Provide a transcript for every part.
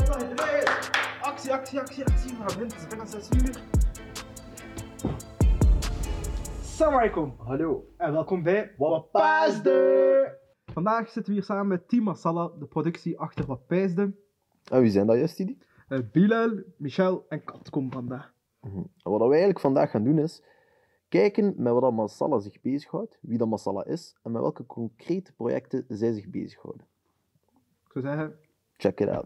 2, 3. Actie. We gaan beginnen. Het is bijna 6 uur. Assalamu alaikum. Hallo. En welkom bij Wat Pijsde! Vandaag zitten we hier samen met Team Masala, de productie achter Wat Pijsde. En wie zijn dat juist, die? Bilal, Michel en Kat komen vandaag. Wat we eigenlijk vandaag gaan doen is kijken met wat dat Masala zich bezighoudt, wie dat Masala is en met welke concrete projecten zij zich bezighouden. Ik zou zeggen, Check it out.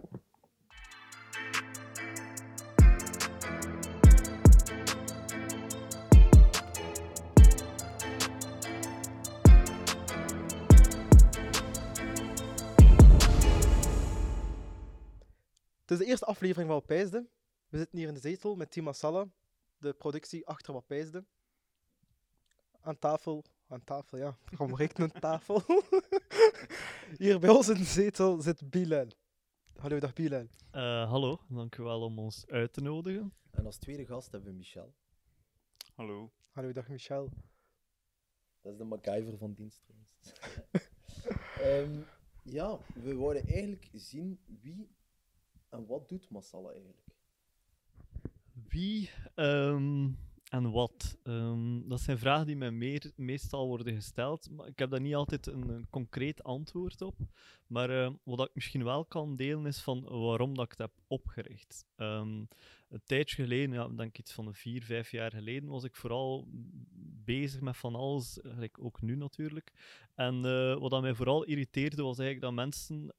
het is de eerste aflevering van Wat Pijsde. We zitten hier in de zetel met Team Masala, de productie achter Wat Pijsde. Aan tafel, ja. Waarom rekenen tafel? Hier bij ons in de zetel zit Bilal. Hallo, dag Bilal. Hallo, dank u wel om ons uit te nodigen. En als tweede gast hebben we Michel. Hallo. Hallo, dag Michel. Dat is de MacGyver van dienst trouwens. Ja, we wouden eigenlijk zien wie en wat doet Masala eigenlijk. Wie en wat? Dat zijn vragen die mij meestal worden gesteld, maar ik heb daar niet altijd een concreet antwoord op. Maar wat ik misschien wel kan delen is van waarom dat ik het heb opgericht. Een tijdje geleden, ja, denk iets van 4, 5 jaar geleden, was ik vooral bezig met van alles, gelijk ook nu natuurlijk. En wat dat mij vooral irriteerde was eigenlijk dat mensen,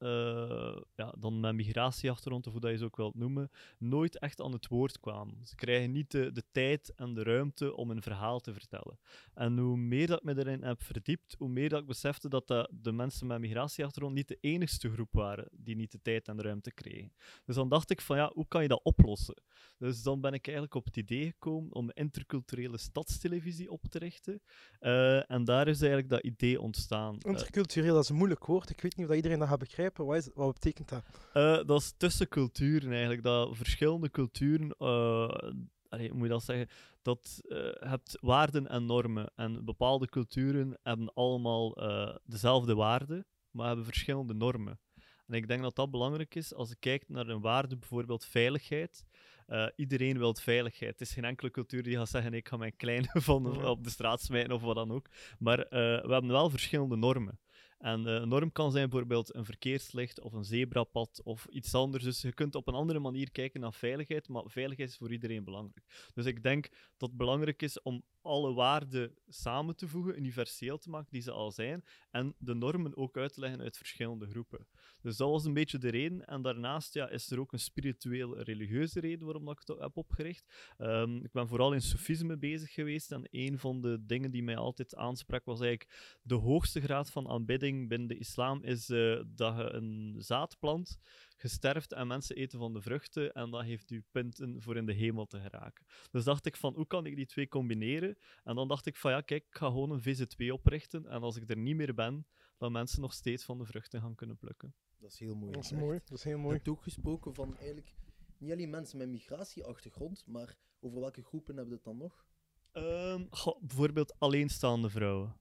dan met migratieachtergrond, of hoe dat je ze ook wilt noemen, nooit echt aan het woord kwamen. Ze krijgen niet de tijd en de ruimte om een verhaal te vertellen. En hoe meer dat ik me erin heb verdiept, hoe meer dat ik besefte dat de mensen met migratieachtergrond niet de enigste groep waren die niet de tijd en de ruimte kregen. Dus dan dacht ik van ja, hoe kan je dat oplossen? Dus dan ben ik eigenlijk op het idee gekomen om een interculturele stadstelevisie op te richten. En daar is eigenlijk dat idee ontstaan. Intercultureel, dat is een moeilijk woord. Ik weet niet of iedereen dat gaat begrijpen. Wat betekent dat? Dat is tussen culturen eigenlijk. Dat verschillende culturen, hoe moet je dat zeggen? Dat hebt waarden en normen. En bepaalde culturen hebben allemaal dezelfde waarden, maar hebben verschillende normen. En ik denk dat dat belangrijk is als je kijkt naar een waarde, bijvoorbeeld veiligheid. Iedereen wil veiligheid. Het is geen enkele cultuur die gaat zeggen: ik ga mijn kleine op de straat smijten of wat dan ook. Maar we hebben wel verschillende normen. En een norm kan zijn bijvoorbeeld een verkeerslicht of een zebrapad of iets anders. Dus je kunt op een andere manier kijken naar veiligheid, maar veiligheid is voor iedereen belangrijk. Dus ik denk dat het belangrijk is om alle waarden samen te voegen, universeel te maken, die ze al zijn, en de normen ook uit te leggen uit verschillende groepen. Dus dat was een beetje de reden. En daarnaast is er ook een spiritueel, religieuze reden waarom ik het heb opgericht. Ik ben vooral in sofisme bezig geweest en een van de dingen die mij altijd aansprak was eigenlijk de hoogste graad van aanbidding binnen de islam is dat je een zaad plant, je sterft en mensen eten van de vruchten en dat heeft u punten voor in de hemel te geraken. Dus dacht ik van, hoe kan ik die twee combineren? En dan dacht ik van, ja kijk, ik ga gewoon een VZ2 oprichten en als ik er niet meer ben, dan mensen nog steeds van de vruchten gaan kunnen plukken. Dat is heel mooi. Dat is mooi. Dat is heel mooi. Je hebt ook gesproken van eigenlijk niet alleen mensen met migratieachtergrond, maar over welke groepen hebben we het dan nog? Bijvoorbeeld alleenstaande vrouwen.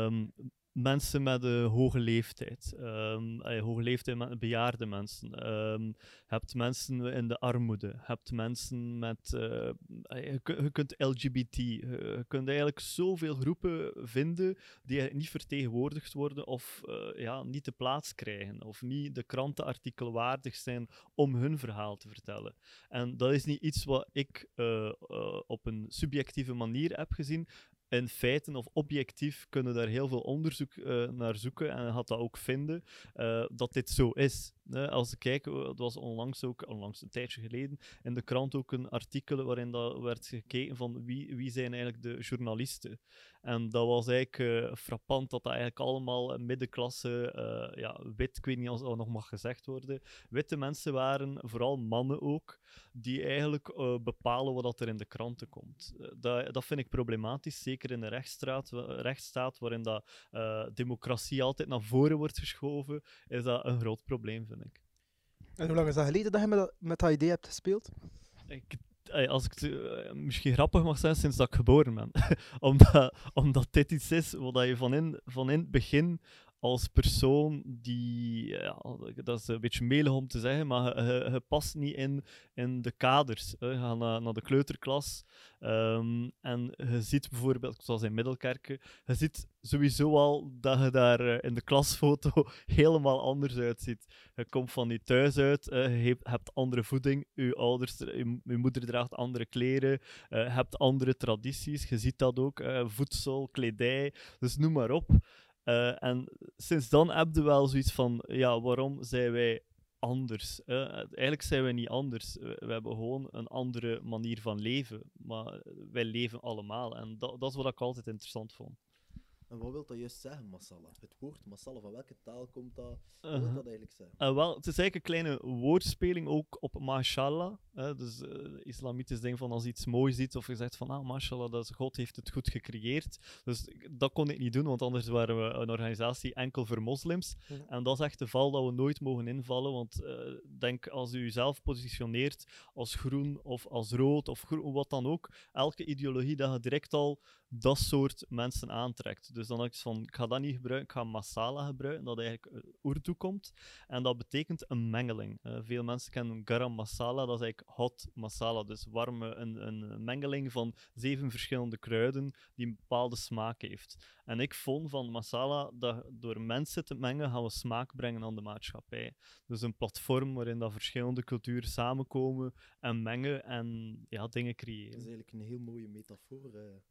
Mensen met een hoge leeftijd. Hoge leeftijd met bejaarde mensen. Je hebt mensen in de armoede. Je hebt mensen met... je kunt LGBT. Je kunt eigenlijk zoveel groepen vinden die eigenlijk niet vertegenwoordigd worden of niet de plaats krijgen. Of niet de krantenartikelen waardig zijn om hun verhaal te vertellen. En dat is niet iets wat ik op een subjectieve manier heb gezien. In feiten of objectief kunnen daar heel veel onderzoek naar zoeken en gaat dat ook vinden dat dit zo is. Als ik kijk, het was onlangs een tijdje geleden, in de krant ook een artikel waarin dat werd gekeken van wie zijn eigenlijk de journalisten. En dat was eigenlijk frappant dat eigenlijk allemaal middenklasse, wit, ik weet niet of dat nog mag gezegd worden, witte mensen waren, vooral mannen ook, die eigenlijk bepalen wat er in de kranten komt. Dat vind ik problematisch, zeker in de rechtsstaat waarin dat democratie altijd naar voren wordt geschoven, is dat een groot probleem, vind ik. En hoe lang is dat geleden dat je met dat idee hebt gespeeld? Als ik het misschien grappig mag zijn, sinds dat ik geboren ben. Omdat dit iets is wat je van in het begin als persoon die, dat is een beetje melig om te zeggen, maar je past niet in de kaders. Hè. Je gaat naar de kleuterklas en je ziet bijvoorbeeld, zoals in Middelkerke, je ziet sowieso al dat je daar in de klasfoto helemaal anders uitziet. Je komt van je thuis uit, je hebt andere voeding, je ouders, je moeder draagt andere kleren, je hebt andere tradities, je ziet dat ook, voedsel, kledij, dus noem maar op. En sinds dan heb je wel zoiets van, ja, waarom zijn wij anders? Eigenlijk zijn wij niet anders. We hebben gewoon een andere manier van leven. Maar wij leven allemaal. En dat is wat ik altijd interessant vond. En wat wil dat juist zeggen, masala? Het woord masala, van welke taal komt dat? Wat wil dat eigenlijk zeggen? Wel, het is eigenlijk een kleine woordspeling ook op mashallah. Dus islamitisch ding van als je iets moois ziet of je zegt van mashallah, dat is, God heeft het goed gecreëerd. Dus dat kon ik niet doen, want anders waren we een organisatie enkel voor moslims. Mhm. En dat is echt de val dat we nooit mogen invallen, want denk als u jezelf positioneert als groen of als rood of groen, wat dan ook, elke ideologie dat je direct al dat soort mensen aantrekt. Dus dan had ik van, ik ga dat niet gebruiken, ik ga masala gebruiken, dat eigenlijk Urdu komt. En dat betekent een mengeling. Veel mensen kennen garam masala, dat is eigenlijk hot masala, dus warme, een mengeling van 7 verschillende kruiden die een bepaalde smaak heeft. En ik vond van masala, dat door mensen te mengen, gaan we smaak brengen aan de maatschappij. Dus een platform waarin dat verschillende culturen samenkomen en mengen en ja, dingen Dat is creëren. eigenlijk een heel mooie metafoor.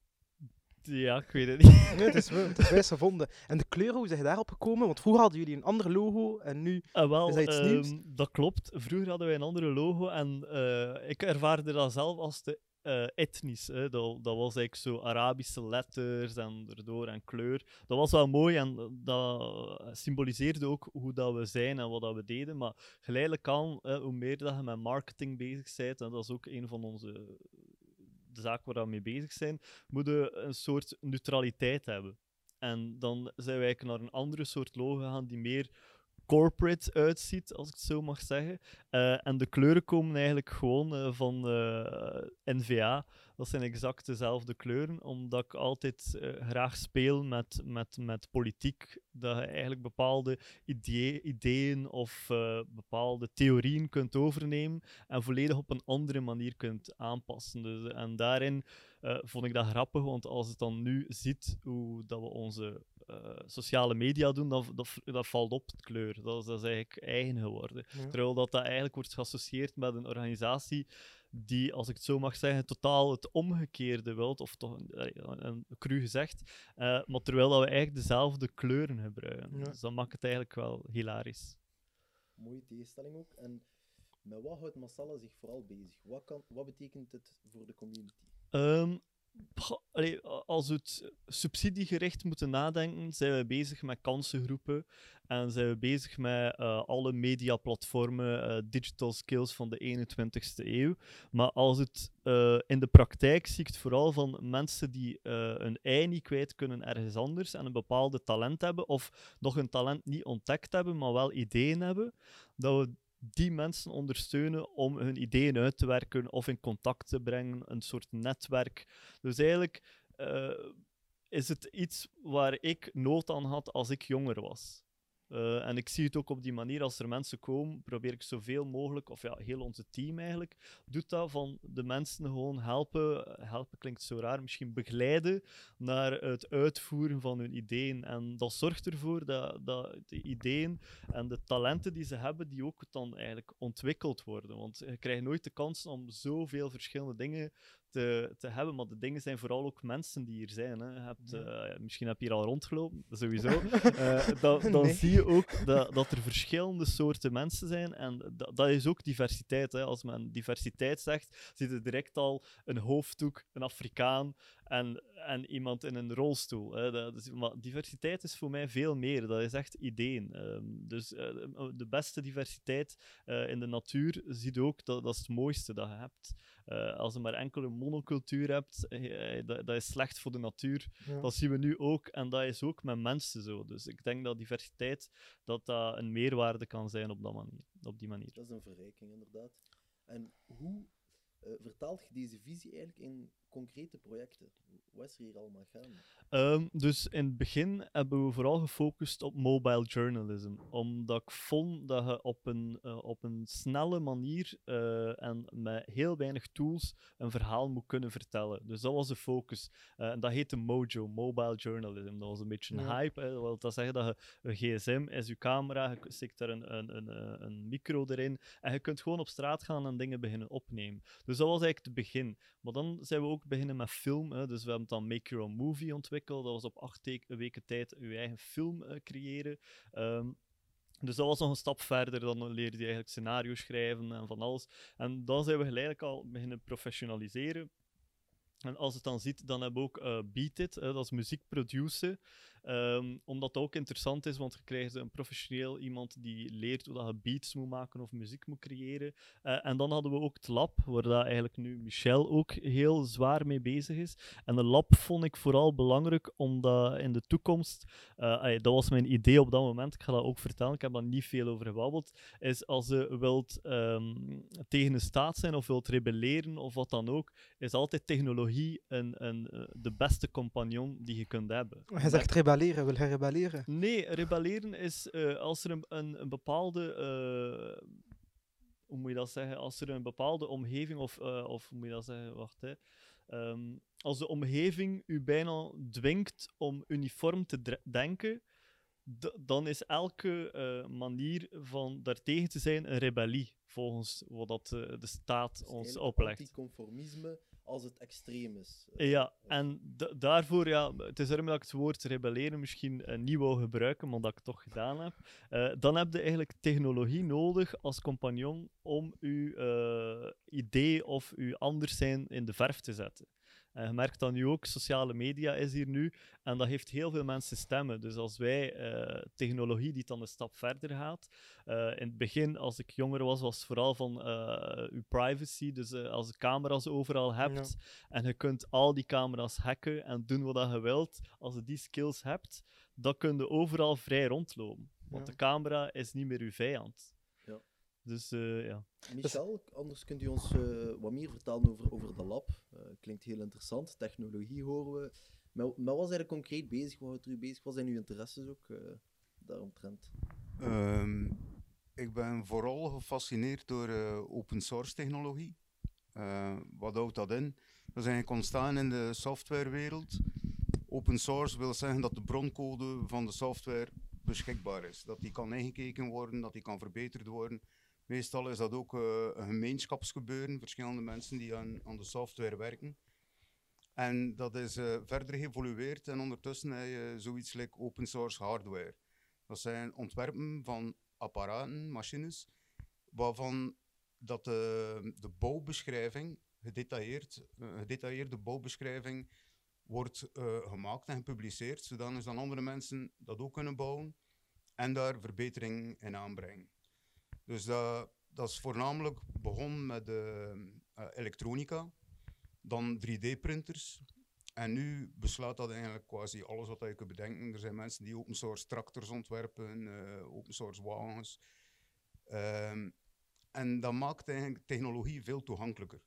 Ja, ik weet het niet. Nee, het is wijs gevonden. En de kleuren, hoe zijn je daarop gekomen? Want vroeger hadden jullie een ander logo en nu Wel, is dat iets nieuws. dat klopt. Vroeger hadden wij een andere logo en ik ervaarde dat zelf als te etnisch. Hè. Dat was eigenlijk zo Arabische letters en erdoor en kleur. Dat was wel mooi en dat symboliseerde ook hoe dat we zijn en wat dat we deden. Maar geleidelijk aan, hoe meer dat je met marketing bezig bent, en dat is ook een van onze de zaken waar we mee bezig zijn, moeten we een soort neutraliteit hebben. En dan zijn wij eigenlijk naar een andere soort logo gegaan die meer corporate uitziet, als ik het zo mag zeggen. En de kleuren komen eigenlijk gewoon van NVA. Dat zijn exact dezelfde kleuren, omdat ik altijd graag speel met politiek. Dat je eigenlijk bepaalde ideeën of bepaalde theorieën kunt overnemen en volledig op een andere manier kunt aanpassen. Dus, en daarin vond ik dat grappig, want als het dan nu ziet hoe dat we onze sociale media doen, dat valt op de kleur. Dat is eigenlijk eigen geworden. Ja. Terwijl dat eigenlijk wordt geassocieerd met een organisatie die, als ik het zo mag zeggen, totaal het omgekeerde wilt, of toch een cru gezegd, maar terwijl dat we eigenlijk dezelfde kleuren gebruiken. Ja. Dus dat maakt het eigenlijk wel hilarisch. Mooie tegenstelling ook. En met wat houdt masala zich vooral bezig? Wat betekent het voor de community? Als we het subsidiegericht moeten nadenken, zijn we bezig met kansengroepen en zijn we bezig met alle mediaplatformen, digital skills van de 21ste eeuw. Maar als het in de praktijk zie ik het vooral van mensen die een ei niet kwijt kunnen ergens anders en een bepaalde talent hebben, of nog een talent niet ontdekt hebben, maar wel ideeën hebben, dat we die mensen ondersteunen om hun ideeën uit te werken of in contact te brengen, een soort netwerk. Dus eigenlijk is het iets waar ik nood aan had als ik jonger was. En ik zie het ook op die manier, als er mensen komen, probeer ik zoveel mogelijk, of ja, heel onze team eigenlijk, doet dat van de mensen gewoon helpen. Helpen klinkt zo raar, misschien begeleiden naar het uitvoeren van hun ideeën. En dat zorgt ervoor dat de ideeën en de talenten die ze hebben, die ook dan eigenlijk ontwikkeld worden. Want je krijgt nooit de kans om zoveel verschillende dingen te hebben, maar de dingen zijn vooral ook mensen die hier zijn. Hè. Misschien heb je hier al rondgelopen, sowieso. Dan Nee. zie je ook dat er verschillende soorten mensen zijn en dat is ook diversiteit. Hè. Als men diversiteit zegt, zie je direct al een hoofddoek, een Afrikaan en iemand in een rolstoel. Hè. Maar diversiteit is voor mij veel meer. Dat is echt ideeën. Dus de beste diversiteit in de natuur zie je ook, dat is het mooiste dat je hebt. Als je maar enkele monocultuur hebt, dat is slecht voor de natuur. Ja. Dat zien we nu ook en dat is ook met mensen zo. Dus ik denk dat diversiteit dat een meerwaarde kan zijn op die manier. Dat is een verrijking, inderdaad. En hoe vertaalt je deze visie eigenlijk in concrete projecten? Wat is er hier allemaal gaande? Dus in het begin hebben we vooral gefocust op mobile journalism, omdat ik vond dat je op een snelle manier en met heel weinig tools een verhaal moet kunnen vertellen. Dus dat was de focus. En dat heette Mojo, mobile journalism. Dat was een beetje een Ja. hype. Dat wil zeggen dat je een gsm is je camera, je stikt daar een micro erin en je kunt gewoon op straat gaan en dingen beginnen opnemen. Dus dat was eigenlijk het begin. Maar dan zijn we ook beginnen met film. Hè. Dus we hebben dan Make Your Own Movie ontwikkeld. Dat was op 8 weken tijd je eigen film creëren. Dus dat was nog een stap verder. Dan leerde je eigenlijk scenario schrijven en van alles. En dan zijn we geleidelijk al beginnen professionaliseren. En als je het dan ziet, dan hebben we ook Beat It, dat is muziek produceren. Omdat dat ook interessant is, want je krijgt een professioneel iemand die leert hoe dat je beats moet maken of muziek moet creëren. En dan hadden we ook het lab, waar dat eigenlijk nu Michel ook heel zwaar mee bezig is. En een lab vond ik vooral belangrijk, omdat in de toekomst, dat was mijn idee op dat moment, ik ga dat ook vertellen, ik heb daar niet veel over gebabbeld, is als je wilt tegen de staat zijn of wilt rebelleren of wat dan ook, is altijd technologie de beste compagnon die je kunt hebben. Hij zegt rebelleren, wil hij rebelleren? Nee, rebelleren is als er een bepaalde... hoe moet je dat zeggen? Als er een bepaalde omgeving of hoe moet je dat zeggen? Wacht, hè. Als de omgeving u bijna dwingt om uniform te denken, dan is elke manier van daartegen te zijn een rebellie, volgens wat dat, de staat Dus ons eigenlijk oplegt. anticonformisme als het extreem is. Ja, en daarvoor, ja, het is daarom dat ik het woord rebelleren misschien niet wou gebruiken, maar dat ik het toch gedaan heb. Dan heb je eigenlijk technologie nodig als compagnon om je idee of je anders zijn in de verf te zetten. En je merkt dan nu ook, sociale media is hier nu, en dat heeft heel veel mensen stemmen. Dus als wij technologie die dan een stap verder gaat, in het begin, als ik jonger was, was het vooral van uw privacy. Dus als je camera's overal hebt en je kunt al die camera's hacken en doen wat je wilt, als je die skills hebt, dan kun je overal vrij rondlopen. Want de camera is niet meer uw vijand. Ja. Dus ja. Michel, anders kunt u ons wat meer vertellen over de lab. Klinkt heel interessant. Technologie horen we. Maar wat was eigenlijk concreet bezig? Wat houdt u bezig? Wat zijn uw interesses ook daaromtrent? Ik ben vooral gefascineerd door open source technologie. Wat houdt dat in? Dat is eigenlijk ontstaan in de softwarewereld. Open source wil zeggen dat de broncode van de software beschikbaar is. Dat die kan ingekeken worden, dat die kan verbeterd worden. Meestal is dat ook een gemeenschapsgebeuren, verschillende mensen die aan de software werken. En dat is verder geëvolueerd en ondertussen heb je zoiets like open source hardware. Dat zijn ontwerpen van apparaten, machines, waarvan dat de bouwbeschrijving, gedetailleerde bouwbeschrijving, wordt gemaakt en gepubliceerd, zodat dan andere mensen dat ook kunnen bouwen en daar verbetering in aanbrengen. Dus dat is voornamelijk begonnen met elektronica, dan 3D-printers. En nu beslaat dat eigenlijk quasi alles wat je kunt bedenken. Er zijn mensen die open source tractors ontwerpen, open source wagens. En dat maakt eigenlijk technologie veel toegankelijker.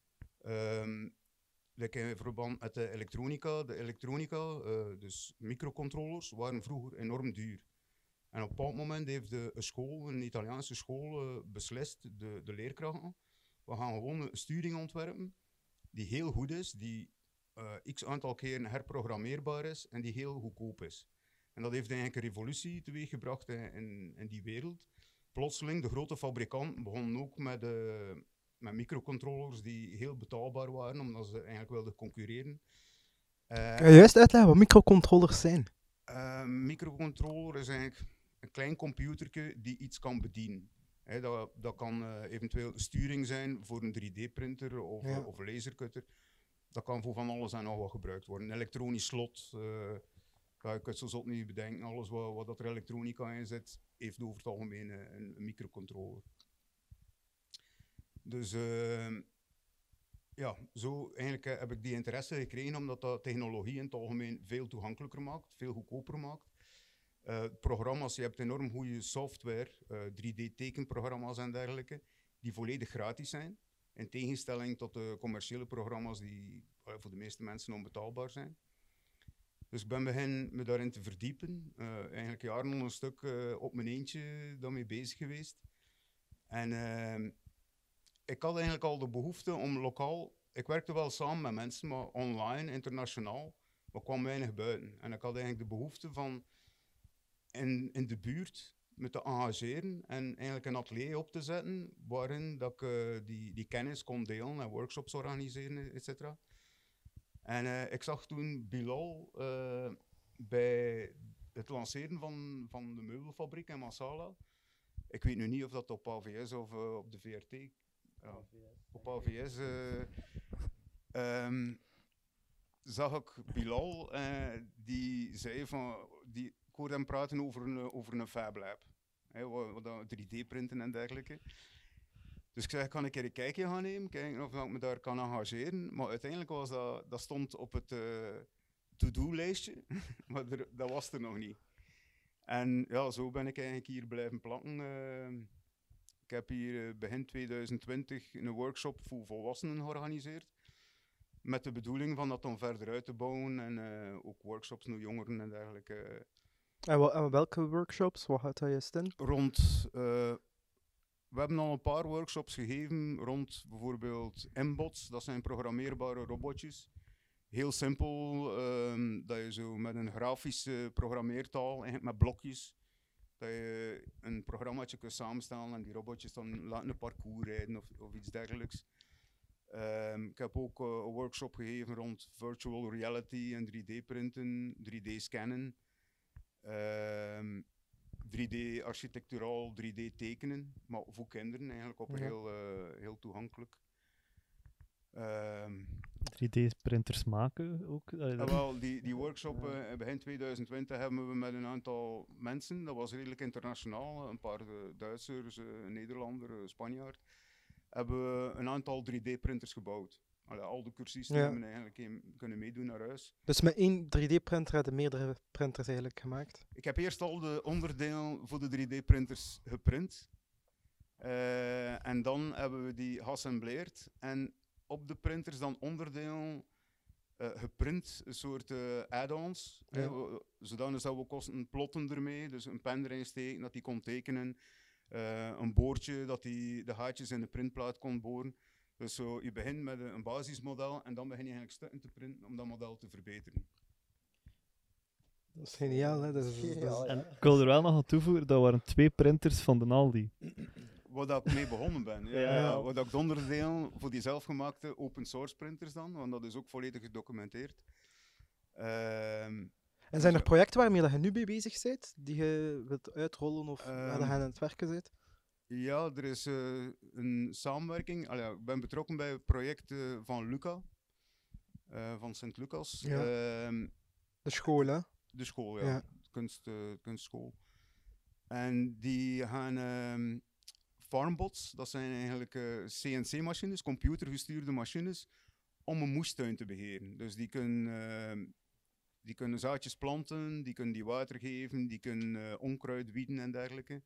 Like in verband met de elektronica, dus microcontrollers, waren vroeger enorm duur. En op een bepaald moment heeft een Italiaanse school, beslist, de leerkrachten, we gaan gewoon een sturing ontwerpen die heel goed is, die x aantal keren herprogrammeerbaar is en die heel goedkoop is. En dat heeft eigenlijk een revolutie teweeggebracht in die wereld. Plotseling, de grote fabrikanten begonnen ook met microcontrollers die heel betaalbaar waren, omdat ze eigenlijk wilden concurreren. Kan je juist uitleggen wat microcontrollers zijn? Microcontroller is eigenlijk een klein computertje die iets kan bedienen. Dat kan eventueel sturing zijn voor een 3D-printer of lasercutter. Dat kan voor van alles en nog wat gebruikt worden. Een elektronisch slot, je kunt zo zot niet bedenken. Alles wat er elektronica in zit, heeft over het algemeen een microcontroller. Dus zo eigenlijk heb ik die interesse gekregen, omdat dat technologie in het algemeen veel toegankelijker maakt, veel goedkoper maakt. Programma's, je hebt enorm goede software, 3D-tekenprogramma's en dergelijke, die volledig gratis zijn. In tegenstelling tot de commerciële programma's die voor de meeste mensen onbetaalbaar zijn. Dus ik ben begin me daarin te verdiepen. Eigenlijk jaren een stuk op mijn eentje daarmee bezig geweest. En ik had eigenlijk al de behoefte om lokaal... Ik werkte wel samen met mensen, maar online, internationaal, maar kwam weinig buiten. En ik had eigenlijk de behoefte van in de buurt me te engageren en eigenlijk een atelier op te zetten waarin dat ik die kennis kon delen en workshops organiseren, etc. En ik zag toen Bilal bij het lanceren van de meubelfabriek in Massala. Ik weet nu niet of dat op AVS of op de VRT. Op AVS zag ik Bilal, die zei van... ik hoorde hem praten over een Fab Lab. Wat 3D-printen en dergelijke. Dus ik zei, kan ik een kijkje gaan nemen, kijken of ik me daar kan engageren. Maar uiteindelijk was dat stond op het to-do-lijstje, maar dat was er nog niet. En ja, zo ben ik eigenlijk hier blijven plakken. Ik heb hier begin 2020 een workshop voor volwassenen georganiseerd. Met de bedoeling van dat dan verder uit te bouwen en ook workshops naar jongeren en dergelijke. En welke workshops? Wat houdt dat juist in? We hebben al een paar workshops gegeven rond bijvoorbeeld M-bots, dat zijn programmeerbare robotjes. Heel simpel, dat je zo met een grafische programmeertaal, eigenlijk met blokjes, dat je een programmaatje kunt samenstellen en die robotjes dan laten een parcours rijden of iets dergelijks. Ik heb ook een workshop gegeven rond virtual reality en 3D-printen, 3D-scannen. 3D-architecturaal, 3D-tekenen, maar voor kinderen eigenlijk op heel toegankelijk. 3D-printers maken ook? Wel, die workshop begin 2020 hebben we met een aantal mensen, dat was redelijk internationaal, een paar Duitsers, een Nederlander, Spanjaard, hebben we een aantal 3D-printers gebouwd. Al de cursisten hebben eigenlijk kunnen meedoen naar huis. Dus met één 3D-printer hadden meerdere printers eigenlijk gemaakt? Ik heb eerst al de onderdelen voor de 3D-printers geprint. En dan hebben we die geassembleerd. En op de printers dan onderdelen geprint, een soort add-ons. Zodanig dat we kosten plotten ermee, dus een pen erin steken, dat die kon tekenen. Een boordje, dat die de gaatjes in de printplaat kon boren. Dus zo, je begint met een basismodel en dan begin je eigenlijk stukken te printen om dat model te verbeteren. Dat is geniaal, hè? En ik wil er wel nog aan toevoegen, dat waren 2 printers van de Aldi. Waar ik mee begonnen ben. Wat ik de onderdelen voor die zelfgemaakte open source printers dan, want dat is ook volledig gedocumenteerd. En zijn er projecten waarmee je nu mee bezig bent, die je wilt uitrollen of waar je aan het werken bent? Ja, er is een samenwerking. Ik ben betrokken bij het project van Luca, van Sint-Lucas. Ja. De school, hè? De school, ja. Kunstschool. En die gaan farmbots, dat zijn eigenlijk CNC-machines, computergestuurde machines, om een moestuin te beheren. Dus die kunnen zaadjes planten, die kunnen die water geven, die kunnen onkruid wieden en dergelijke.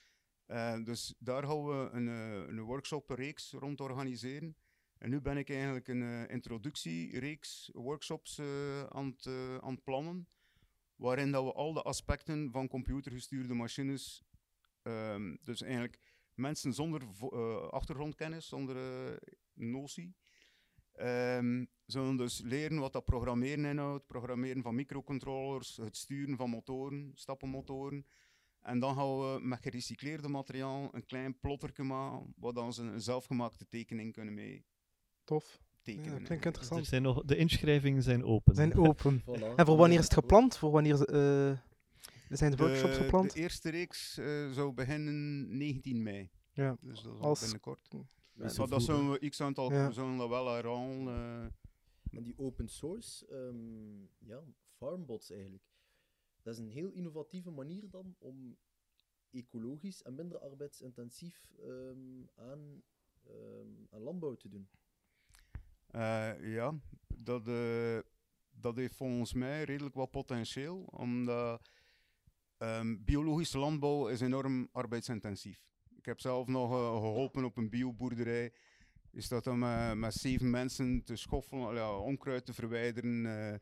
Dus daar gaan we een workshop-reeks rond organiseren. En nu ben ik eigenlijk een introductiereeks workshops aan het plannen, waarin dat we al de aspecten van computergestuurde machines, dus eigenlijk mensen zonder achtergrondkennis, zonder notie, zullen dus leren wat dat programmeren inhoudt, programmeren van microcontrollers, het sturen van motoren, stappenmotoren. En dan gaan we met gerecycleerde materiaal een klein plotterke maken, waar dan ze een zelfgemaakte tekening kunnen mee Tof. tekenen. Ja, klinkt interessant. De inschrijvingen zijn open. Zijn open. Voilà. En voor wanneer is het gepland? Voor wanneer zijn de workshops gepland? De eerste reeks zou beginnen 19 mei. Ja. Dus dat is Als- binnenkort. Maar Maar dat zullen we x aantal Ja. we zullen dat wel herhalen. Maar die open source, farmbots eigenlijk, dat is een heel innovatieve manier dan om ecologisch en minder arbeidsintensief aan landbouw te doen. Ja, dat heeft volgens mij redelijk wat potentieel, omdat biologische landbouw is enorm arbeidsintensief. Ik heb zelf nog geholpen op een bioboerderij. Je staat dan met 7 mensen te schoffelen, ja, onkruid te verwijderen.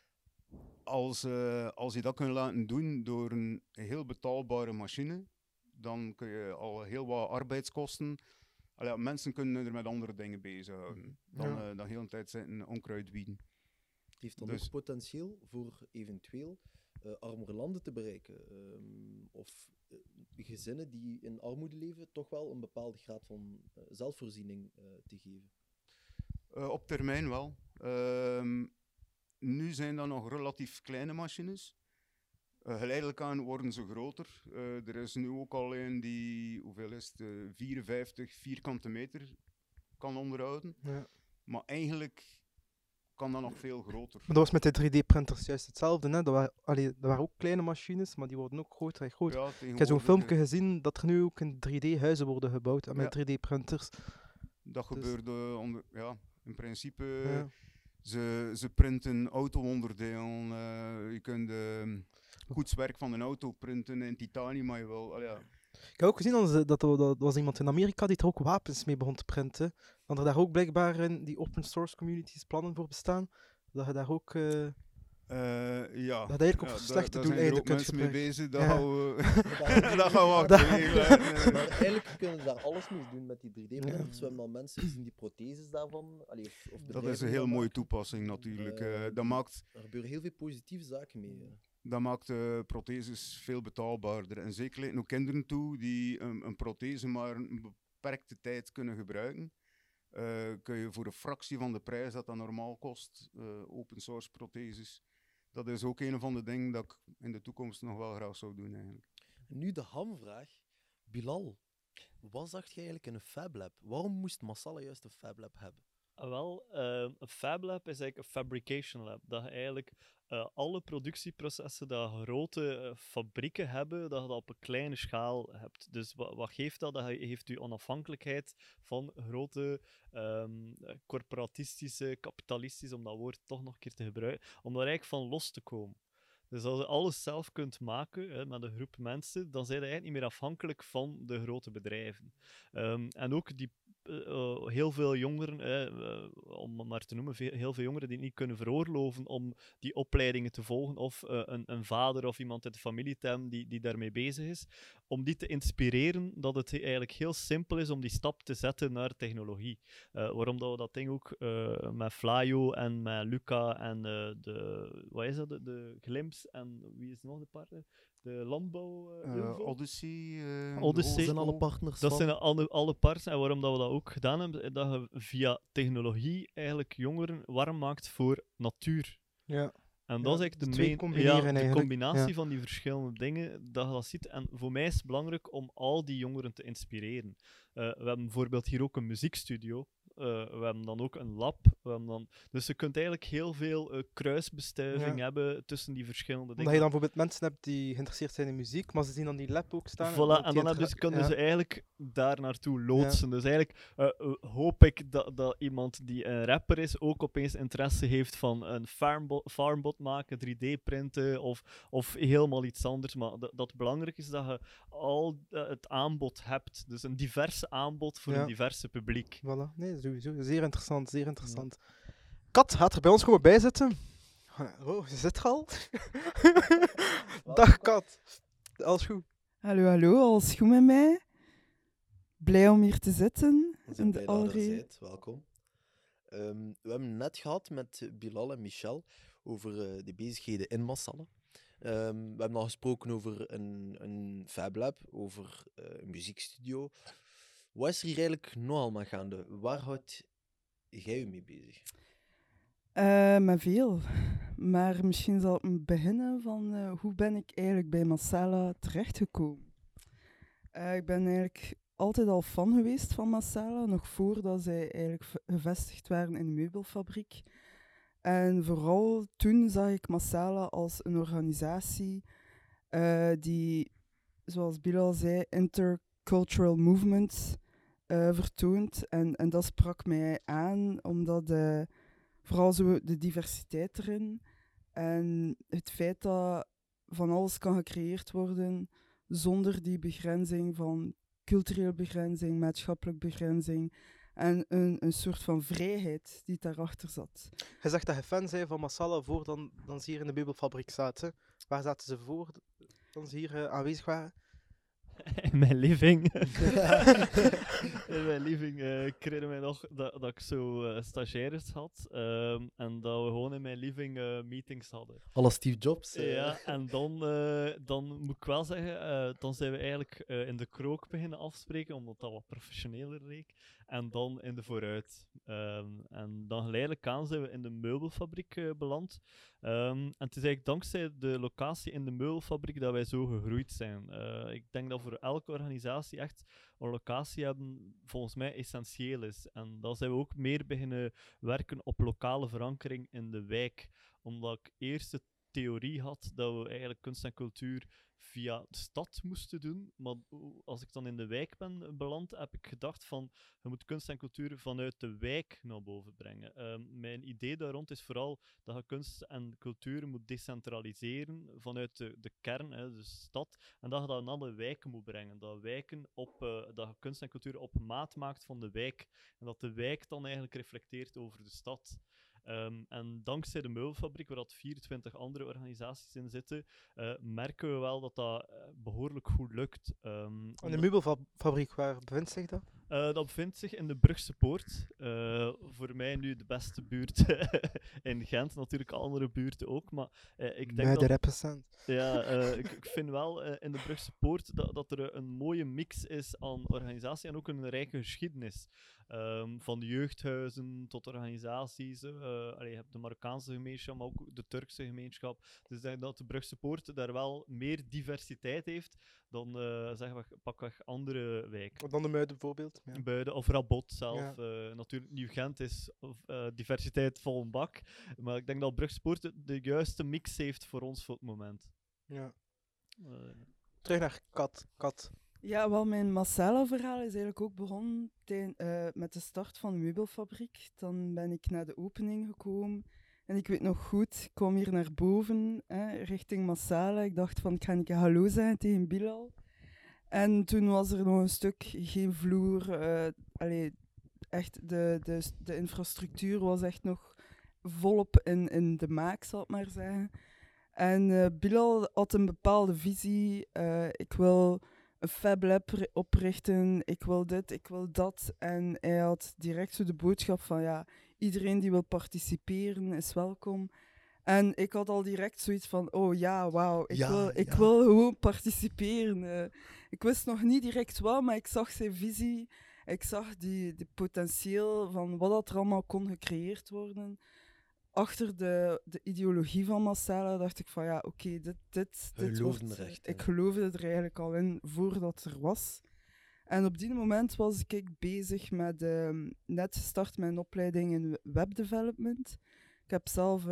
Als je dat kunt laten doen door een heel betaalbare machine, dan kun je al heel wat arbeidskosten. Mensen kunnen er met andere dingen bezighouden dan heel de tijd zitten onkruid wieden. Het heeft dan Dus- ook potentieel voor eventueel armere landen te bereiken. Of gezinnen die in armoede leven, toch wel een bepaalde graad van zelfvoorziening te geven. Op termijn wel. Nu zijn dat nog relatief kleine machines. Geleidelijk aan worden ze groter. Er is nu ook al een die, hoeveel is het, 54 vierkante meter kan onderhouden. Ja. Maar eigenlijk kan dat nog veel groter. Maar dat was met de 3D-printers juist hetzelfde. Hè? Dat waren ook kleine machines, maar die worden ook groter en groter. Ja, Ik heb zo'n tegenwoordig, filmpje gezien dat er nu ook in 3D-huizen worden gebouwd en met 3D-printers. Dat dus- gebeurde in principe. Ja. Ze printen auto-onderdelen. Je kunt goedswerk van een auto printen in titanium, maar je wil. Ik heb ook gezien dat er was iemand in Amerika die er ook wapens mee begon te printen. Dat er daar ook blijkbaar in die open source communities plannen voor bestaan. Dat je daar ook... Ja. Dat eigenlijk ook voor slechte daar zijn er doeleinden ook kunt mensen mee gebruiken. bezig. Dat Ja. gaan we, Maar dat gaan we Dat- achterwege. Maar eigenlijk kunnen ze daar alles mee doen met die 3D-printers. We hebben al mensen gezien die protheses daarvan. Of Dat bedrijven is een die heel mooie maken. toepassing natuurlijk. Dat die- maakt, Er gebeuren heel veel positieve zaken mee. dat maakt protheses veel betaalbaarder. En zeker naar kinderen toe die een prothese maar een beperkte tijd kunnen gebruiken. Kun je voor een fractie van de prijs dat normaal kost, open source protheses. Dat is ook een van de dingen dat ik in de toekomst nog wel graag zou doen eigenlijk. Nu de hamvraag. Bilal, wat zag je eigenlijk in een Fab Lab? Waarom moest Masala juist een Fab Lab hebben? Een Fab Lab is eigenlijk een fabrication lab. Dat je eigenlijk alle productieprocessen dat grote fabrieken hebben, dat je dat op een kleine schaal hebt. Dus wat geeft dat? Dat geeft je onafhankelijkheid van grote corporatistische, kapitalistische, om dat woord toch nog een keer te gebruiken, om daar eigenlijk van los te komen. Dus als je alles zelf kunt maken met een groep mensen, dan zijn je eigenlijk niet meer afhankelijk van de grote bedrijven. En ook heel veel jongeren, om het maar te noemen, heel veel jongeren die het niet kunnen veroorloven om die opleidingen te volgen, of een vader of iemand uit de familie te hebben die daarmee bezig is, om die te inspireren dat het eigenlijk heel simpel is om die stap te zetten naar technologie. Waarom dat we dat ding ook met Flyo en met Luca en de Glimps en wie is nog de partner? De landbouw... Odyssey. Odyssey. Dat zijn alle partners Dat van. zijn alle partners. En waarom dat we dat ook gedaan hebben, is dat je via technologie eigenlijk jongeren warm maakt voor natuur. Ja. En dat Ja, is eigenlijk dus de, twee combineren de eigenlijk, combinatie ja. van die verschillende dingen, dat je dat ziet. En voor mij is het belangrijk om al die jongeren te inspireren. We hebben bijvoorbeeld hier ook een muziekstudio. We hebben dan ook een lab. Dus je kunt eigenlijk heel veel kruisbestuiving Ja. hebben tussen die verschillende Omdat dingen. je dan bijvoorbeeld mensen hebt die geïnteresseerd zijn in muziek, maar ze zien dan die lab ook staan. Voilà, en dan kunnen ze eigenlijk daar naartoe loodsen. Dus eigenlijk hoop ik dat iemand die een rapper is ook opeens interesse heeft van een farmbot maken, 3D-printen of helemaal iets anders. Maar dat het belangrijk is dat je al het aanbod hebt. Dus een diverse aanbod voor Ja. een diverse publiek. Voilà, nee, sowieso. Zeer interessant, zeer interessant. Kat, gaat er bij ons gewoon bij zitten? Oh, ze zit er al? Dag Kat. Alles goed? Hallo, hallo, alles goed met mij? Blij om hier te zitten. We zijn in blij de dat je er allereer- bent. Welkom. We hebben net gehad met Bilal en Michel over de bezigheden in Massalle. We hebben al gesproken over een Fab Lab, over een muziekstudio. Wat is er hier eigenlijk nog allemaal gaande? Waar houdt jij je mee bezig? Met veel. Maar misschien zal ik beginnen van hoe ben ik eigenlijk bij Masala terechtgekomen. Ik ben eigenlijk altijd al fan geweest van Masala, nog voordat zij eigenlijk gevestigd waren in de meubelfabriek. En vooral toen zag ik Masala als een organisatie die, zoals Bilal zei, intercultural movements vertoont. En dat sprak mij aan, omdat vooral zo de diversiteit erin en het feit dat van alles kan gecreëerd worden zonder die begrenzing van culturele begrenzing, maatschappelijke begrenzing En een soort van vrijheid die daarachter zat. Je zegt dat je fan bent van Masala voor dan ze hier in de meubelfabriek zaten. Waar zaten ze voor dan ze hier aanwezig waren? In mijn living. In mijn living ik herinner mij nog dat ik zo stagiaires had. En dat we gewoon in mijn living meetings hadden. Alle Steve Jobs. Ja, en dan moet ik wel zeggen, dan zijn we eigenlijk in de krook beginnen afspreken, omdat dat wat professioneler leek. En dan in de vooruit. En dan geleidelijk aan zijn we in de meubelfabriek beland. En het is eigenlijk dankzij de locatie in de meubelfabriek dat wij zo gegroeid zijn. Ik denk dat voor elke organisatie echt een locatie hebben, volgens mij, essentieel is. En dan zijn we ook meer beginnen werken op lokale verankering in de wijk. Omdat ik eerst de theorie had dat we eigenlijk kunst en cultuur via de stad moesten doen. Maar als ik dan in de wijk ben beland, heb ik gedacht van, je moet kunst en cultuur vanuit de wijk naar boven brengen. Mijn idee daar rond is vooral dat je kunst en cultuur moet decentraliseren vanuit de kern, de stad, en dat je dat in alle wijken moet brengen. Dat dat je kunst en cultuur op maat maakt van de wijk. En dat de wijk dan eigenlijk reflecteert over de stad. En dankzij de meubelfabriek, waar dat 24 andere organisaties in zitten, merken we wel dat dat behoorlijk goed lukt. En de meubelfabriek, waar bevindt zich dat? Dat bevindt zich in de Brugse Poort. Voor mij nu de beste buurt in Gent. Natuurlijk andere buurten ook. Maar ik denk Bij de dat... represent. Ja, ik vind wel in de Brugse Poort dat er een mooie mix is aan organisatie en ook een rijke geschiedenis. Van jeugdhuizen tot organisaties. Je hebt de Marokkaanse gemeenschap, maar ook de Turkse gemeenschap. Dus ik denk dat de Brugse Poort daar wel meer diversiteit heeft dan pakweg andere wijken. Dan de Muiden bijvoorbeeld. Ja. Buiden of Rabot zelf. Natuurlijk, Nieuw-Gent is diversiteit vol een bak. Maar ik denk dat Brugse Poort de juiste mix heeft voor ons voor het moment. Ja. Eh, Terug naar Kat. Ja, wel, mijn Masala-verhaal is eigenlijk ook begonnen met de start van de meubelfabriek. Dan ben ik naar de opening gekomen. En ik weet nog goed, ik kwam hier naar boven, richting Masala. Ik dacht van, ik ga een keer hallo zeggen tegen Bilal. En toen was er nog een stuk geen vloer. Echt, de infrastructuur was echt nog volop in de maak, zal ik maar zeggen. En Bilal had een bepaalde visie. Ik wil een Fab Lab oprichten, ik wil dit, ik wil dat. En hij had direct zo de boodschap van, ja, iedereen die wil participeren is welkom. En ik had al direct zoiets van, oh ja, wauw, ik wil gewoon participeren. Ik wist nog niet direct wat, maar ik zag zijn visie. Ik zag die potentieel van wat dat er allemaal kon gecreëerd worden. Achter de ideologie van Masala dacht ik van, ja, oké, dit Geloofde wordt... er echt in. Ik geloofde er eigenlijk al in voordat het er was. En op die moment was ik bezig met net gestart met een opleiding in webdevelopment. Ik heb zelf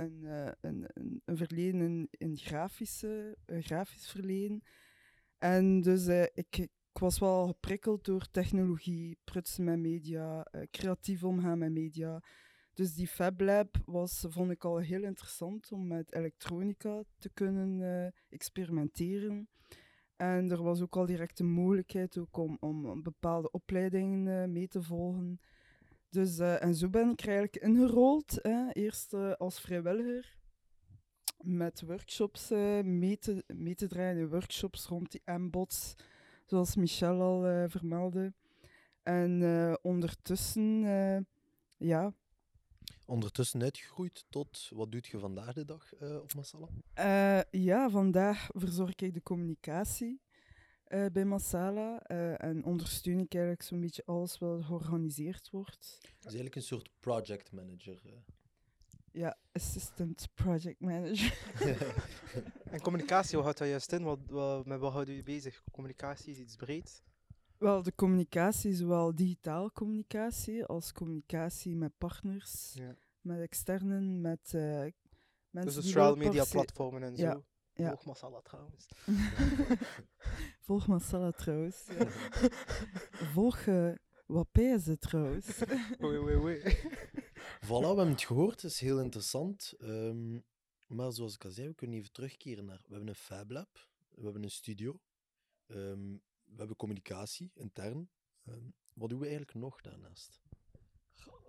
een verleden in grafisch verleden. En dus ik was wel geprikkeld door technologie, prutsen met media, creatief omgaan met media. Dus die Fab Lab vond ik al heel interessant om met elektronica te kunnen experimenteren. En er was ook al direct een mogelijkheid ook om bepaalde opleidingen mee te volgen. Dus, en zo ben ik er eigenlijk ingerold. Eerst als vrijwilliger met workshops mee te draaien in workshops rond die M-bots, zoals Michel al vermeldde. En ondertussen, ja... Ondertussen uitgegroeid tot, wat doet je vandaag de dag op Masala? Ja, vandaag verzorg ik de communicatie bij Masala en ondersteun ik eigenlijk zo'n beetje alles wat georganiseerd wordt. Dat is eigenlijk een soort project manager. Ja, assistant project manager. En communicatie, wat houdt dat juist in? Met wat houdt u bezig? Communicatie is iets breed. Wel, de communicatie, zowel digitaal communicatie als communicatie met partners, Ja. met externen, met mensen Dus die sociale willen media platformen en Ja, zo. ja. Volg Masala trouwens. Volg Masala trouwens. Ja. Volg wat pijzen trouwens. Oei. Voilà, we hebben het gehoord, het is heel interessant. Maar zoals ik al zei, we kunnen even terugkeren naar... We hebben een Fab Lab, we hebben een studio, we hebben communicatie intern. Wat doen we eigenlijk nog daarnaast?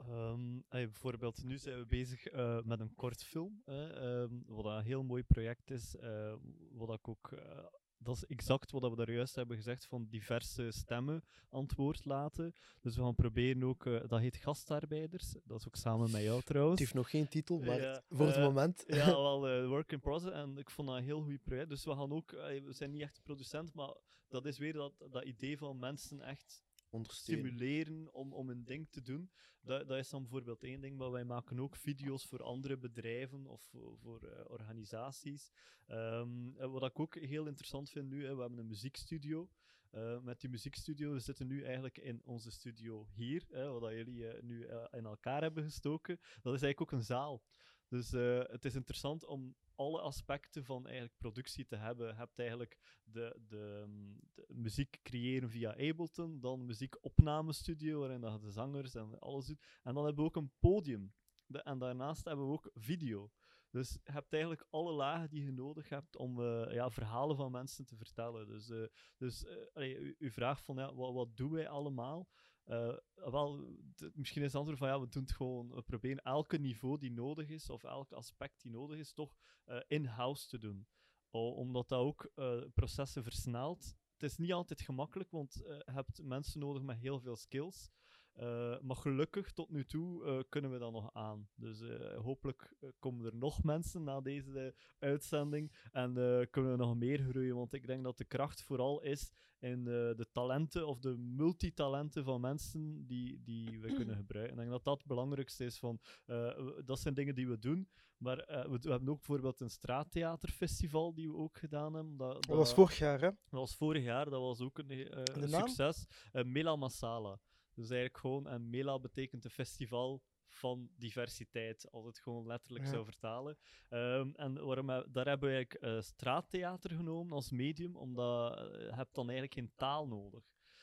Bijvoorbeeld, nu zijn we bezig met een kortfilm, wat een heel mooi project is, wat ik ook... dat is exact wat we daar juist hebben gezegd, van diverse stemmen antwoord laten. Dus we gaan proberen ook, dat heet gastarbeiders, dat is ook samen met jou Het trouwens. heeft nog geen titel, maar Ja, voor het moment. Ja, wel work in process. En ik vond dat een heel goed project. Dus we gaan ook, we zijn niet echt producent, maar dat is weer dat idee van mensen echt Ondersteunen. stimuleren om een ding te doen. Dat is dan bijvoorbeeld één ding, maar wij maken ook video's voor andere bedrijven of voor organisaties. Wat ik ook heel interessant vind nu, we hebben een muziekstudio. Met die muziekstudio, we zitten nu eigenlijk in onze studio hier, wat dat jullie nu in elkaar hebben gestoken. Dat is eigenlijk ook een zaal. Dus het is interessant om alle aspecten van eigenlijk productie te hebben. Je hebt eigenlijk de muziek creëren via Ableton, dan muziekopnamestudio, waarin dat je de zangers en alles doet. En dan hebben we ook een podium. En daarnaast hebben we ook video. Dus je hebt eigenlijk alle lagen die je nodig hebt om verhalen van mensen te vertellen. Dus uw vraag van wat doen wij allemaal? Misschien is het antwoord van we doen het gewoon, we proberen elke niveau die nodig is, of elk aspect die nodig is, toch in-house te doen. Omdat dat ook processen versnelt. Het is niet altijd gemakkelijk, want je hebt mensen nodig met heel veel skills. Maar gelukkig, tot nu toe, kunnen we dat nog aan. Dus hopelijk komen er nog mensen na deze uitzending en kunnen we nog meer groeien. Want ik denk dat de kracht vooral is in de talenten of de multitalenten van mensen die we kunnen gebruiken. Ik denk dat dat het belangrijkste is. Dat zijn dingen die we doen. Maar we hebben ook bijvoorbeeld een straattheaterfestival die we ook gedaan hebben. Dat was vorig jaar, hè? Dat was vorig jaar, dat was ook een naam? succes. Mela Masala. Dus eigenlijk gewoon, en Mela betekent een festival van diversiteit, als het gewoon letterlijk zou vertalen. En daar hebben we eigenlijk straattheater genomen als medium, omdat je hebt dan eigenlijk geen taal nodig.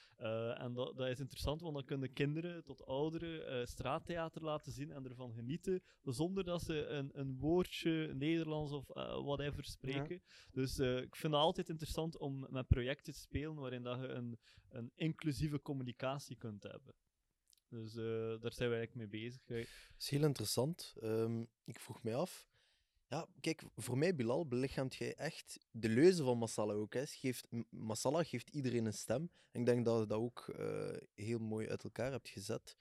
En dat is interessant, want dan kunnen kinderen tot ouderen straattheater laten zien en ervan genieten, zonder dat ze een woordje Nederlands of whatever spreken. Ja. Dus ik vind het altijd interessant om met projecten te spelen waarin dat je een inclusieve communicatie kunt hebben. Dus daar zijn we eigenlijk mee bezig. Dat is heel interessant. Ik vroeg mij af. Ja, kijk, voor mij, Bilal, belichaamt jij echt de leuze van Masala ook. Hè. Masala geeft iedereen een stem. En ik denk dat je dat ook heel mooi uit elkaar hebt gezet.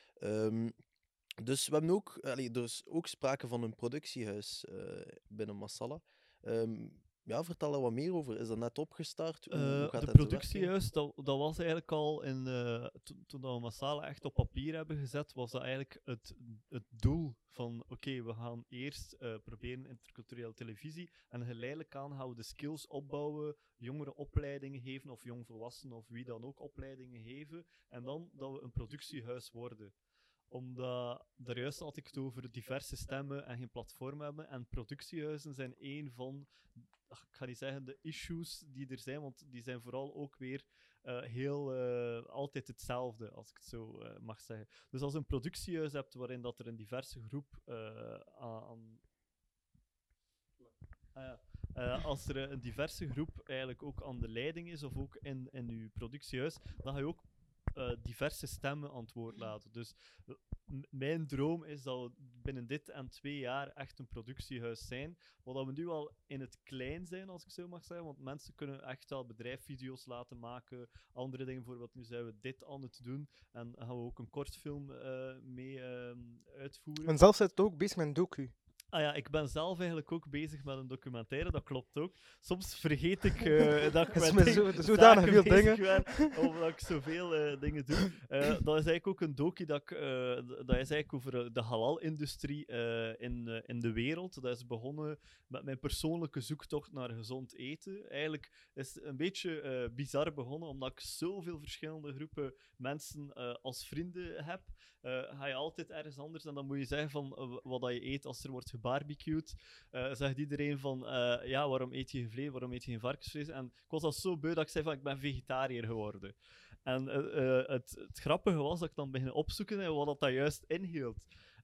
Dus we hebben ook, er is ook sprake van een productiehuis binnen Masala. Ja, vertel er wat meer over. Is dat net opgestart? Hoe gaat de dat productiehuis, dat was eigenlijk al toen we Masala echt op papier hebben gezet, was dat eigenlijk het doel van oké, we gaan eerst proberen interculturele televisie en geleidelijk aan gaan we de skills opbouwen, jongeren opleidingen geven of jongvolwassenen of wie dan ook opleidingen geven en dan dat we een productiehuis worden. Omdat daar juist had ik het over diverse stemmen en geen platform hebben. En productiehuizen zijn één van, ik ga niet zeggen de issues die er zijn, want die zijn vooral ook weer altijd hetzelfde, als ik het zo mag zeggen. Dus als je een productiehuis hebt waarin dat er een diverse groep als er een diverse groep eigenlijk ook aan de leiding is, of ook in uw productiehuis, dan ga je ook diverse stemmen aan het woord laten. Dus mijn droom is dat we binnen dit en 2 jaar echt een productiehuis zijn. Wat we nu al in het klein zijn, als ik zo mag zeggen. Want mensen kunnen echt wel bedrijfsvideo's laten maken. Andere dingen, bijvoorbeeld nu zijn we dit aan het doen. En gaan we ook een kortfilm mee uitvoeren. En zelfs zit het ook bezig met een docu. Ah ja, ik ben zelf eigenlijk ook bezig met een documentaire, dat klopt ook. Soms vergeet ik dat ik met zodanig veel dingen ben, of dat ik zoveel dingen doe. Dat is eigenlijk ook een docu dat is eigenlijk over de halal-industrie in de wereld. Dat is begonnen met mijn persoonlijke zoektocht naar gezond eten. Eigenlijk is het een beetje bizar begonnen, omdat ik zoveel verschillende groepen mensen als vrienden heb. Ga je altijd ergens anders en dan moet je zeggen van wat dat je eet als er wordt gebarbecued. Zegt iedereen van waarom eet je geen vlees, waarom eet je geen varkensvlees? En ik was al zo beu dat ik zei van ik ben vegetariër geworden. En het grappige was dat ik dan begin opzoeken en wat dat juist inhield.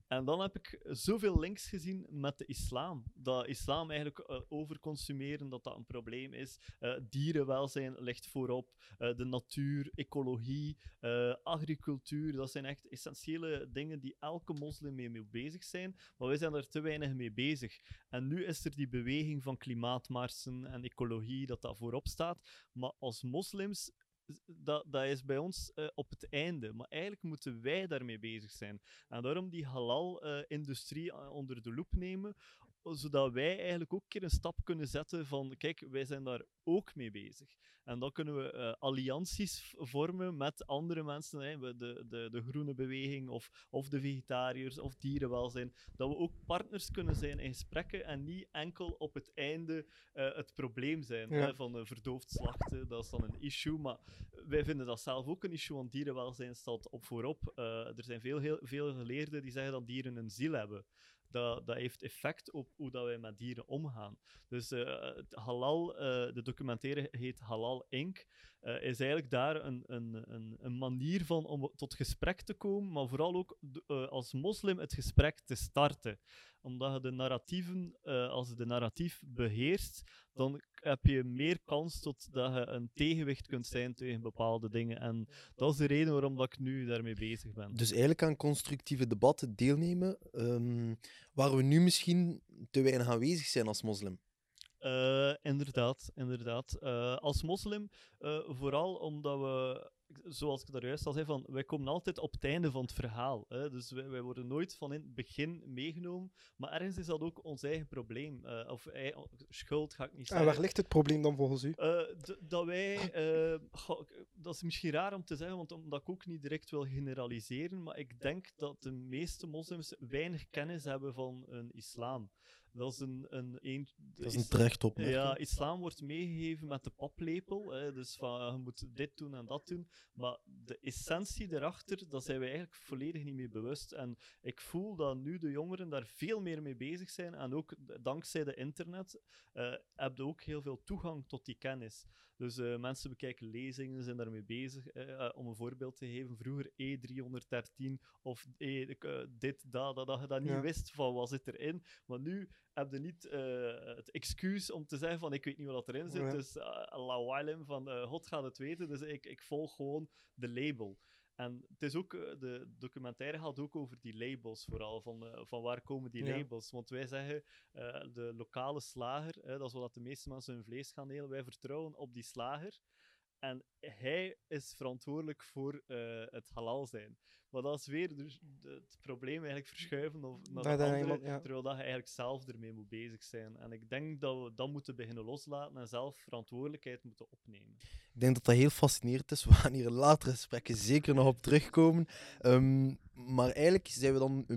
En dan heb ik zoveel links gezien met de islam. Dat islam eigenlijk overconsumeren, dat een probleem is. Dierenwelzijn ligt voorop. De natuur, ecologie, agricultuur, dat zijn echt essentiële dingen die elke moslim mee moet bezig zijn. Maar wij zijn daar te weinig mee bezig. En nu is er die beweging van klimaatmarsen en ecologie, dat voorop staat. Maar als moslims, dat is bij ons op het einde. Maar eigenlijk moeten wij daarmee bezig zijn. En daarom die halal-industrie onder de loep nemen, zodat wij eigenlijk ook een keer een stap kunnen zetten van, kijk, wij zijn daar ook mee bezig. En dan kunnen we allianties vormen met andere mensen, hè, de groene beweging of de vegetariërs of dierenwelzijn, dat we ook partners kunnen zijn in gesprekken en niet enkel op het einde het probleem zijn hè, van verdoofd slachten. Dat is dan een issue, maar wij vinden dat zelf ook een issue, want dierenwelzijn staat op voorop. Er zijn veel geleerden die zeggen dat dieren een ziel hebben. Dat heeft effect op hoe dat wij met dieren omgaan. Dus Halal, de documentaire heet Halal Inc., is eigenlijk daar een manier van om tot gesprek te komen, maar vooral ook als moslim het gesprek te starten. Omdat je de narratieven, als je de narratief beheerst, dan heb je meer kans tot dat je een tegenwicht kunt zijn tegen bepaalde dingen. En dat is de reden waarom dat ik nu daarmee bezig ben. Dus eigenlijk aan constructieve debatten deelnemen, waar we nu misschien te weinig aanwezig zijn als moslim. Inderdaad. Als moslim, vooral omdat we, zoals ik daar juist al zei, van, wij komen altijd op het einde van het verhaal. Hè? Dus wij worden nooit van in het begin meegenomen, maar ergens is dat ook ons eigen probleem. Of schuld, ga ik niet En zeggen. waar ligt het probleem dan volgens u? Dat wij... dat is misschien raar om te zeggen, want omdat ik ook niet direct wil generaliseren, maar ik denk dat de meeste moslims weinig kennis hebben van een islam. Dat is Dat is een terecht opmerking. Ja, islam wordt meegegeven met de paplepel. Hè, dus van, je moet dit doen en dat doen. Maar de essentie erachter, daar zijn we eigenlijk volledig niet mee bewust. En ik voel dat nu de jongeren daar veel meer mee bezig zijn. En ook dankzij de internet heb je ook heel veel toegang tot die kennis. Dus mensen bekijken lezingen, zijn daarmee bezig. Om een voorbeeld te geven, vroeger E313 of dit, dat je dat niet wist van wat zit erin. Maar nu heb je niet het excuus om te zeggen van ik weet niet wat erin zit. Dus Allahu alam, van God gaat het weten. Dus ik volg gewoon de label. En het is ook, de documentaire gaat ook over die labels vooral, van waar komen die labels. Want wij zeggen, de lokale slager, dat is wat de meeste mensen hun vlees gaan delen, wij vertrouwen op die slager. En hij is verantwoordelijk voor het halal zijn. Maar dat is weer dus het probleem eigenlijk verschuiven naar de andere, terwijl dat je eigenlijk zelf ermee moet bezig zijn. En ik denk dat we dat moeten beginnen loslaten en zelf verantwoordelijkheid moeten opnemen. Ik denk dat dat heel fascinerend is. We gaan hier in latere gesprekken zeker nog op terugkomen. Maar eigenlijk zijn we dan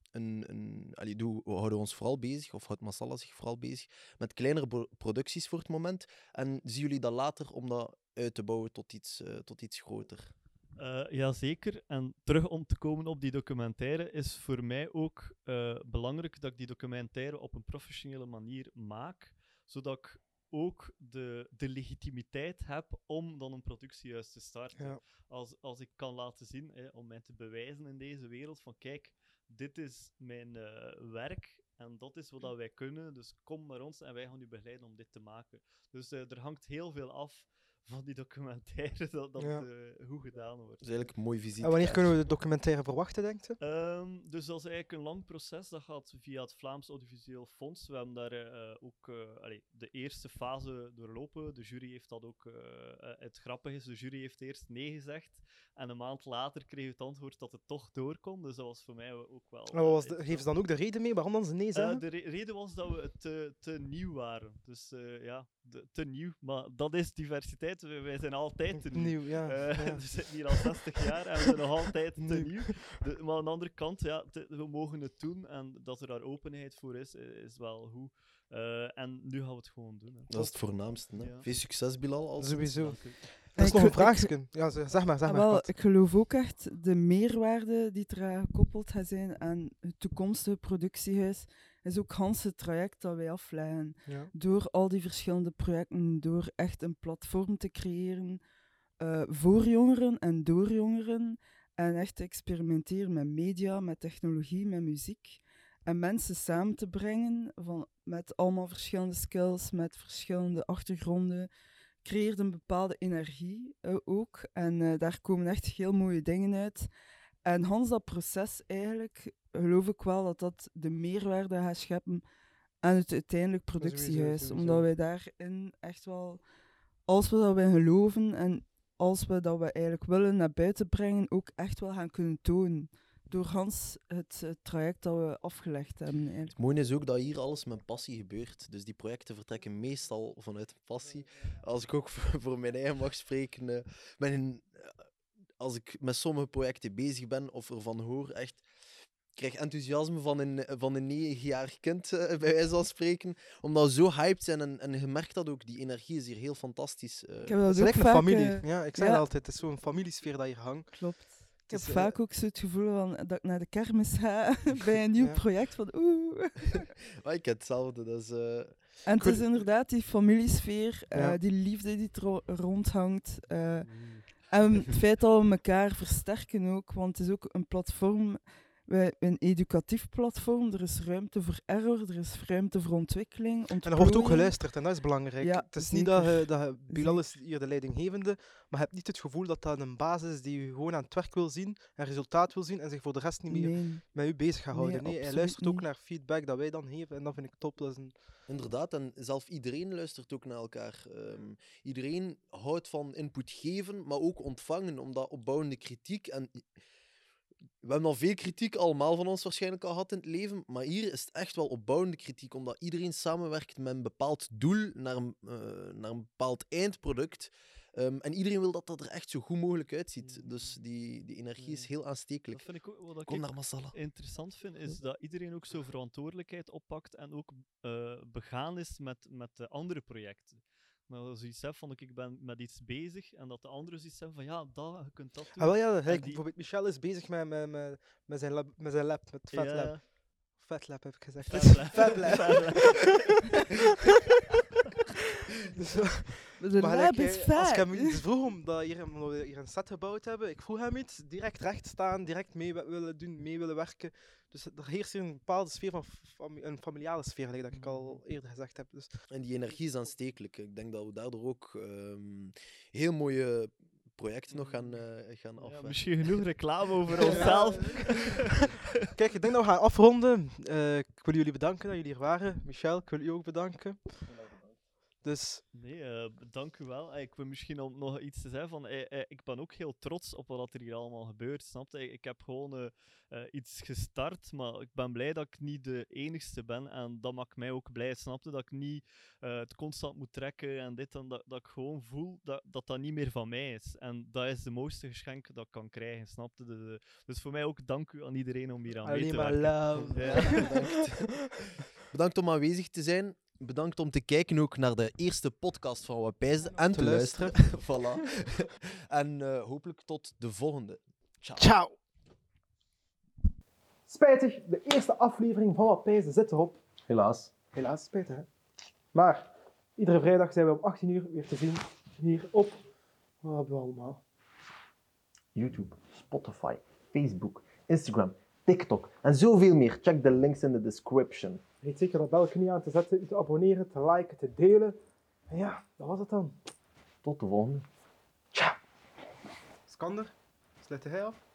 we houden ons vooral bezig, of houdt Masala zich vooral bezig, met kleinere producties voor het moment. En zien jullie dat later om dat uit te bouwen tot iets groter? Jazeker. En terug om te komen op die documentaire is voor mij ook belangrijk dat ik die documentaire op een professionele manier maak, zodat ik ook de legitimiteit heb om dan een productie juist te starten. Ja. Als ik kan laten zien, om mij te bewijzen in deze wereld, van kijk, dit is mijn werk en dat is wat wij kunnen, dus kom naar ons en wij gaan u begeleiden om dit te maken. Dus er hangt heel veel af van die documentaire, dat goed gedaan wordt. Dat is eigenlijk een mooi visite. En wanneer kunnen we de documentaire verwachten, denkt u? Dus dat is eigenlijk een lang proces. Dat gaat via het Vlaams Audiovisueel Fonds. We hebben daar ook de eerste fase doorlopen. De jury heeft dat ook... het grappige is, de jury heeft eerst nee gezegd. En een maand later kreeg het antwoord dat het toch doorkom. Dus dat was voor mij ook wel... Geef ze dan ook de reden mee waarom dan ze nee zeggen? De reden was dat we te nieuw waren. Dus te nieuw. Maar dat is diversiteit. Wij zijn altijd te nieuw. We zitten hier al 60 jaar en we zijn nog altijd te nieuw. Maar aan de andere kant, we mogen het doen en dat er daar openheid voor is wel goed. En nu gaan we het gewoon doen. Hè. Dat is het voornaamste. Hè? Veel succes, Bilal. Sowieso. Dat is nog een vraagje. Ja, zeg maar. Ik geloof ook echt de meerwaarde die eraan gekoppeld gaat zijn aan het toekomstige productiehuis is ook gans het traject dat wij afleggen. Ja. Door al die verschillende projecten, door echt een platform te creëren voor jongeren en door jongeren. En echt te experimenteren met media, met technologie, met muziek. En mensen samen te brengen met allemaal verschillende skills, met verschillende achtergronden. Creëert een bepaalde energie ook. En daar komen echt heel mooie dingen uit. En Hans, dat proces eigenlijk, geloof ik wel dat dat de meerwaarde gaat scheppen aan het uiteindelijk productiehuis. Sowieso. Omdat wij daarin echt wel, als we dat wij geloven en als we dat we eigenlijk willen naar buiten brengen, ook echt wel gaan kunnen tonen. Door Hans het traject dat we afgelegd hebben. Eigenlijk. Het mooie is ook dat hier alles met passie gebeurt. Dus die projecten vertrekken meestal vanuit passie. Als ik ook voor mijn eigen mag spreken, als ik met sommige projecten bezig ben of ervan hoor, echt krijg enthousiasme van een 9-jarig kind, bij wijze van spreken. Omdat we zo hyped zijn en je merkt dat ook, die energie is hier heel fantastisch. Ik heb Het dat is ook echt een vaak... familie. Ja, ik zeg ja. het altijd, het is zo'n familiesfeer dat hier hangt. Klopt. Ik heb is, vaak ook zo het gevoel van, dat ik naar de kermis ga bij een nieuw Ja. project. Van, oeh. Maar ik heb hetzelfde. Dat is, En het is inderdaad die familiesfeer, Ja. die liefde die er rondhangt. En het feit dat we elkaar versterken ook, want het is ook een platform, een educatief platform. Er is ruimte voor error, er is ruimte voor ontwikkeling. En er wordt ook ontplooiing. geluisterd en dat is belangrijk. Ja, het is niet dat zeker. Bilal is hier de leidinggevende, maar je hebt niet het gevoel dat dat een basis is die je gewoon aan het werk wil zien en resultaat wil zien en zich voor de rest niet meer Nee. met u bezig gaat houden. Nee, Nee, hij absoluut luistert ook niet. naar feedback dat wij dan geven en dat vind ik top. Dat is een... Inderdaad, en zelf iedereen luistert ook naar elkaar. Iedereen houdt van input geven, maar ook ontvangen, omdat opbouwende kritiek... En we hebben al veel kritiek, allemaal van ons waarschijnlijk al gehad in het leven, maar hier is het echt wel opbouwende kritiek, omdat iedereen samenwerkt met een bepaald doel naar een bepaald eindproduct. En iedereen wil dat dat er echt zo goed mogelijk uitziet. Dus die energie is heel aanstekelijk. Dat vind ik ook, wat Kom ik naar Masala. interessant vind, is dat iedereen ook zo verantwoordelijkheid oppakt en ook begaan is met de andere projecten. Maar als je zoiets hebt van, ik ben met iets bezig en dat de anderen zoiets hebben van, ja, je kunt dat doen. Ah, wel ja, die- bijvoorbeeld Michel is bezig met zijn lab, met Fat Ja, Lab. Fat Lab heb ik gezegd. Fat Fat Lab. Lab. Dus, De maar lab gelijk, is als ik fijn. hem iets vroeg, omdat we hier een set gebouwd hebben, ik vroeg hem iets, direct recht staan, direct mee willen doen, mee willen werken. Dus er heerst hier een bepaalde sfeer van een familiale sfeer, gelijk dat ik al eerder gezegd heb. Dus En die energie is aanstekelijk. Ik denk dat we daardoor ook heel mooie projecten nog gaan Ja, afwerken. misschien genoeg reclame over onszelf. kijk, ik denk dat we gaan afronden. Ik wil jullie bedanken dat jullie hier waren. Michel, ik wil u ook bedanken. Dus Nee, dank u wel. Ik wil misschien om nog iets te zeggen van, ik ben ook heel trots op wat er hier allemaal gebeurt, snap je? Ik heb gewoon iets gestart, maar ik ben blij dat ik niet de enigste ben en dat maakt mij ook blij, snap je? Dat ik niet het constant moet trekken en dit en dat ik gewoon voel dat niet meer van mij is. En dat is de mooiste geschenk dat ik kan krijgen, snap je? Dus voor mij ook dank u aan iedereen om hier aan mee alleen te maar werken. love. Ja. Bedankt om aanwezig te zijn. Bedankt om te kijken ook naar de eerste podcast van Wat Pijsde en te luisteren. Voilà. En hopelijk tot de volgende. Ciao. Ciao! Spijtig, de eerste aflevering van Wat Pijsde zit erop. Helaas. Helaas, spijtig hè. Maar iedere vrijdag zijn we om 18 uur weer te zien hier op... Wat hebben we allemaal? YouTube, Spotify, Facebook, Instagram, TikTok en zoveel meer. Check de links in de description. Vergeet zeker dat belletje niet aan te zetten, u te abonneren, te liken, te delen. En ja, dat was het dan. Tot de volgende. Skander, sluit hij af?